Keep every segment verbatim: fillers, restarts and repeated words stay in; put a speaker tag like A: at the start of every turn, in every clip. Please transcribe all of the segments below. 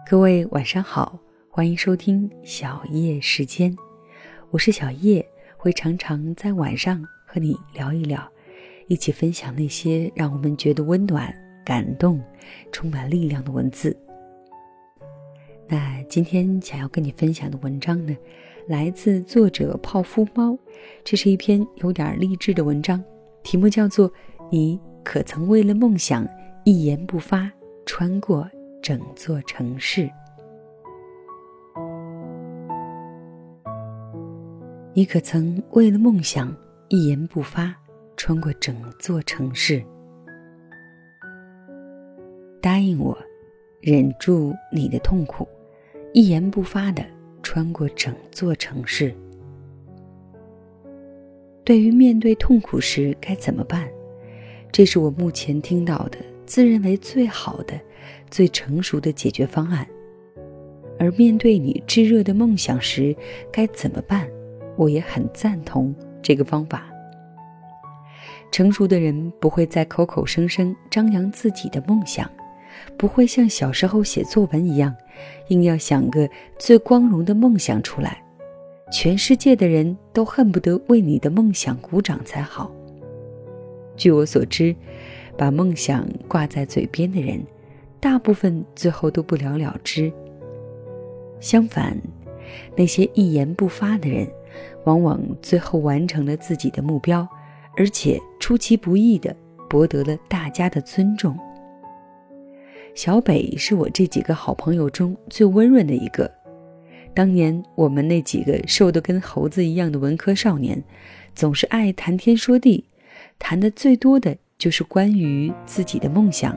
A: 各位晚上好，欢迎收听小叶时间，我是小叶，会常常在晚上和你聊一聊，一起分享那些让我们觉得温暖、感动、充满力量的文字。那今天想要跟你分享的文章呢，来自作者泡芙猫，这是一篇有点励志的文章，题目叫做你可曾为了梦想一言不发穿过整座城市。你可曾为了梦想一言不发穿过整座城市？答应我，忍住你的痛苦，一言不发地穿过整座城市。对于面对痛苦时该怎么办，这是我目前听到的自认为最好的、最成熟的解决方案。而面对你炙热的梦想时该怎么办，我也很赞同这个方法。成熟的人不会再口口声声张扬自己的梦想，不会像小时候写作文一样，硬要想个最光荣的梦想出来，全世界的人都恨不得为你的梦想鼓掌才好。据我所知，把梦想挂在嘴边的人，大部分最后都不了了之。相反，那些一言不发的人，往往最后完成了自己的目标，而且出其不意地博得了大家的尊重。小北是我这几个好朋友中最温润的一个。当年我们那几个瘦得跟猴子一样的文科少年，总是爱谈天说地，谈的最多的就是关于自己的梦想。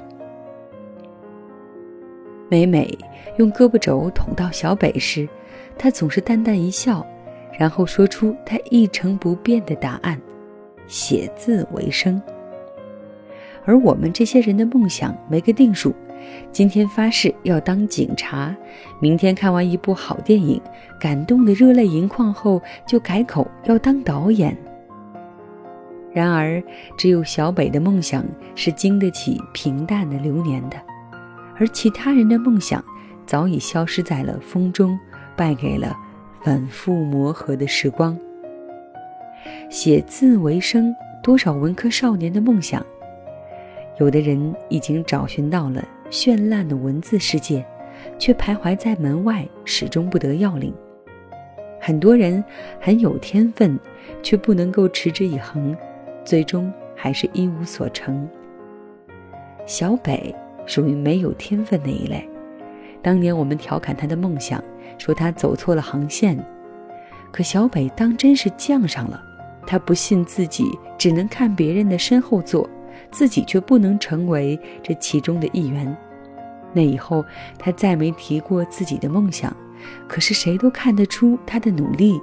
A: 每每用胳膊肘捅到小北时，他总是淡淡一笑，然后说出他一成不变的答案：写字为生。而我们这些人的梦想没个定数，今天发誓要当警察，明天看完一部好电影，感动得热泪盈眶后，就改口要当导演。然而，只有小北的梦想是经得起平淡的流年的，而其他人的梦想早已消失在了风中，败给了反复磨合的时光。写字为生，多少文科少年的梦想。有的人已经找寻到了绚烂的文字世界，却徘徊在门外，始终不得要领。很多人很有天分，却不能够持之以恒，最终还是一无所成。小北属于没有天分那一类。当年我们调侃他的梦想，说他走错了航线，可小北当真是犟上了。他不信自己只能看别人的身后座，自己却不能成为这其中的一员。那以后他再没提过自己的梦想，可是谁都看得出他的努力。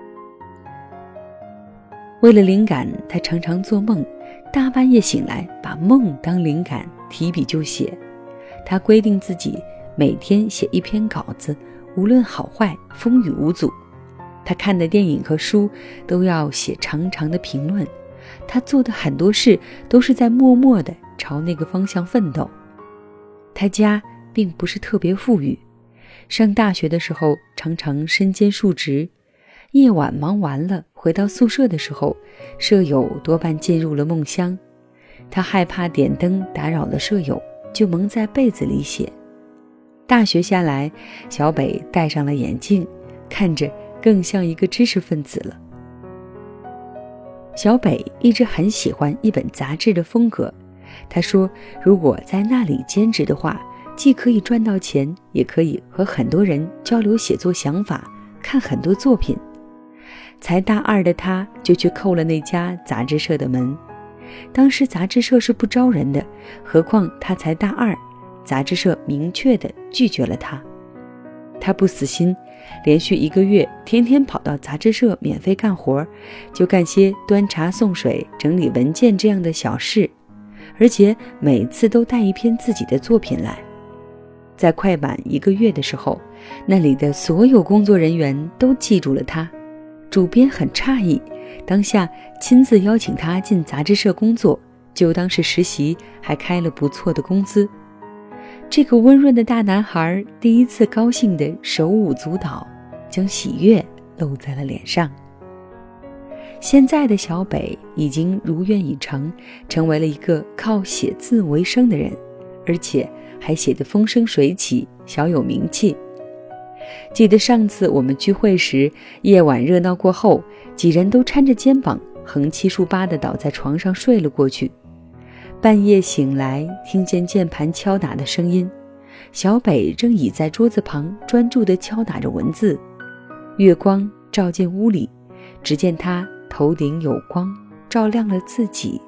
A: 为了灵感，他常常做梦，大半夜醒来，把梦当灵感，提笔就写。他规定自己每天写一篇稿子，无论好坏，风雨无阻。他看的电影和书都要写长长的评论。他做的很多事都是在默默地朝那个方向奋斗。他家并不是特别富裕，上大学的时候常常身兼数职，夜晚忙完了回到宿舍的时候，舍友多半进入了梦乡。他害怕点灯打扰了舍友，就蒙在被子里写。大学下来，小北戴上了眼镜，看着更像一个知识分子了。小北一直很喜欢一本杂志的风格，他说如果在那里兼职的话，既可以赚到钱，也可以和很多人交流写作想法，看很多作品。才大二的他就去扣了那家杂志社的门。当时杂志社是不招人的，何况他才大二，杂志社明确地拒绝了他。他不死心，连续一个月天天跑到杂志社免费干活，就干些端茶送水、整理文件这样的小事，而且每次都带一篇自己的作品来。在快满一个月的时候，那里的所有工作人员都记住了他。主编很诧异，当下亲自邀请他进杂志社工作，就当是实习，还开了不错的工资。 这个温润的大男孩第一次高兴地手舞足蹈，将喜悦露在了脸上。现在的小北已经如愿以偿，成为了一个靠写字为生的人，而且还写得风生水起，小有名气。记得上次我们聚会时，夜晚热闹过后，几人都搀着肩膀，横七竖八地倒在床上睡了过去。半夜醒来，听见键盘敲打的声音，小北正倚在桌子旁专注地敲打着文字。月光照进屋里，只见他头顶有光，照亮了自己。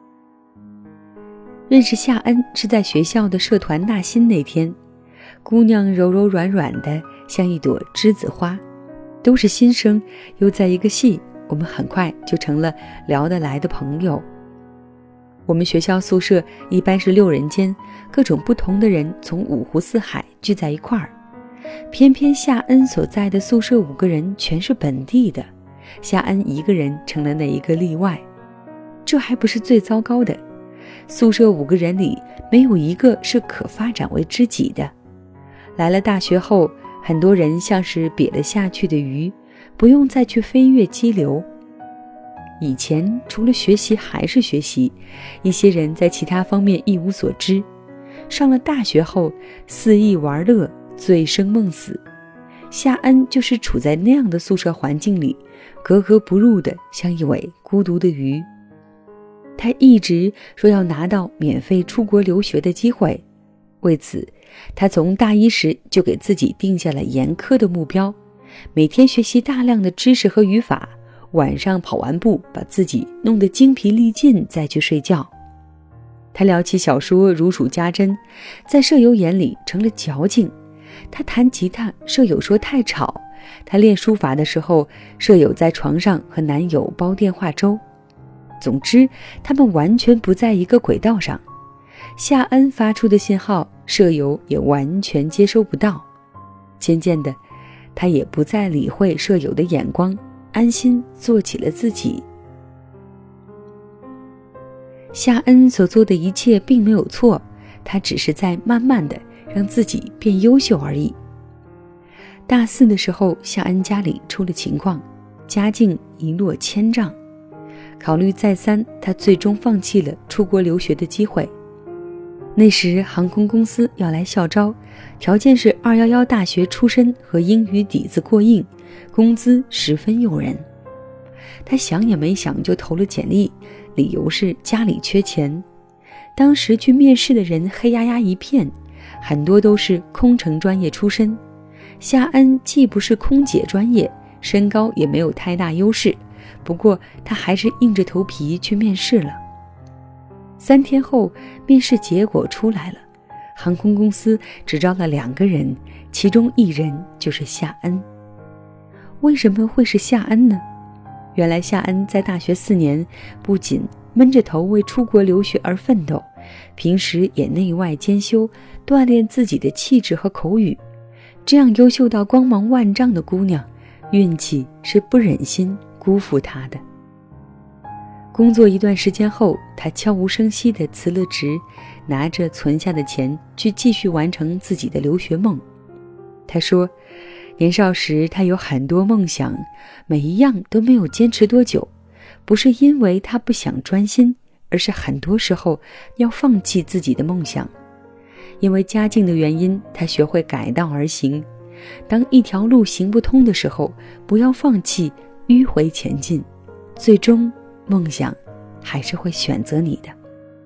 A: 认识夏恩是在学校的社团纳新那天，姑娘柔柔软软的，像一朵栀子花，都是新生，又在一个系，我们很快就成了聊得来的朋友。我们学校宿舍一般是六人间，各种不同的人从五湖四海聚在一块儿，偏偏夏恩所在的宿舍五个人全是本地的，夏恩一个人成了那一个例外。这还不是最糟糕的，宿舍五个人里没有一个是可发展为知己的。来了大学后，很多人像是瘪了下去的鱼，不用再去飞越激流。以前除了学习还是学习，一些人在其他方面一无所知。上了大学后，肆意玩乐，醉生梦死。夏恩就是处在那样的宿舍环境里，格格不入的，像一尾孤独的鱼。他一直说要拿到免费出国留学的机会，为此他从大一时就给自己定下了严苛的目标，每天学习大量的知识和语法，晚上跑完步把自己弄得精疲力尽再去睡觉。他聊起小说如数家珍，在舍友眼里成了矫情。他弹吉他，舍友说太吵；他练书法的时候，舍友在床上和男友煲电话粥。总之，他们完全不在一个轨道上。夏恩发出的信号，舍友也完全接收不到。渐渐的，他也不再理会舍友的眼光，安心做起了自己。夏恩所做的一切并没有错，他只是在慢慢的让自己变优秀而已。大四的时候，夏恩家里出了情况，家境一落千丈。考虑再三，他最终放弃了出国留学的机会。那时航空公司要来校招，条件是二一一大学出身和英语底子过硬，工资十分诱人。他想也没想就投了简历，理由是家里缺钱。当时去面试的人黑压压一片，很多都是空乘专业出身。夏恩既不是空姐专业，身高也没有太大优势，不过他还是硬着头皮去面试了。三天后，面试结果出来了，航空公司只招了两个人，其中一人就是夏恩。为什么会是夏恩呢？原来夏恩在大学四年不仅闷着头为出国留学而奋斗，平时也内外兼修，锻炼自己的气质和口语。这样优秀到光芒万丈的姑娘，运气是不忍心辜负她的。工作一段时间后，她悄无声息地辞了职，拿着存下的钱去继续完成自己的留学梦。她说，年少时她有很多梦想，每一样都没有坚持多久，不是因为她不想专心，而是很多时候要放弃自己的梦想。因为家境的原因，她学会改道而行。当一条路行不通的时候，不要放弃，迂回前进，最终梦想还是会选择你的。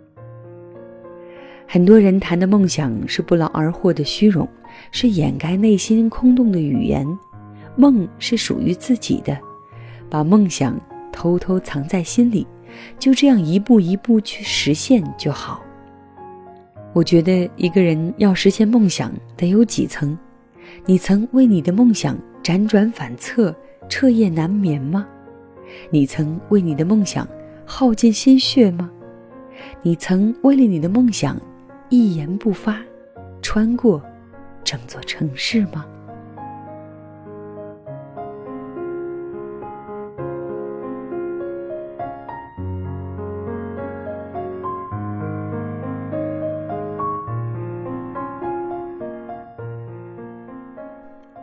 A: 很多人谈的梦想是不劳而获的虚荣，是掩盖内心空洞的语言。梦是属于自己的，把梦想偷偷藏在心里，就这样一步一步去实现就好。我觉得一个人要实现梦想得有几层。你曾为你的梦想辗转反侧，彻夜难眠吗？你曾为你的梦想耗尽心血吗？你曾为了你的梦想一言不发，穿过整座城市吗？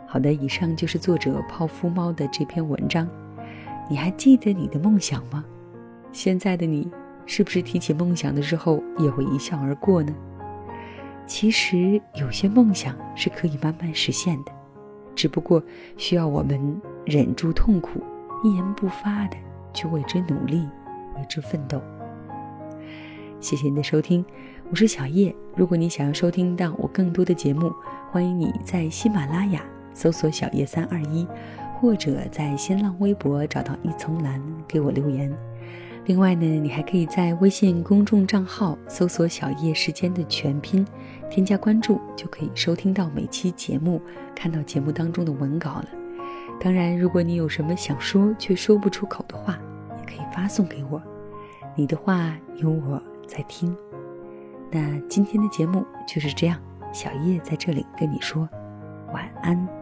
A: 好的，以上就是作者泡芙猫的这篇文章。你还记得你的梦想吗？现在的你是不是提起梦想的时候也会一笑而过呢？其实有些梦想是可以慢慢实现的，只不过需要我们忍住痛苦，一言不发的去为之努力，为之奋斗。谢谢你的收听，我是小叶。如果你想要收听到我更多的节目，欢迎你在喜马拉雅搜索小叶三二一，或者在新浪微博找到一丛蓝给我留言。另外呢，你还可以在微信公众账号搜索小叶时间的全拼，添加关注，就可以收听到每期节目，看到节目当中的文稿了。当然，如果你有什么想说却说不出口的话，也可以发送给我，你的话有我在听。那今天的节目就是这样，小叶在这里跟你说晚安。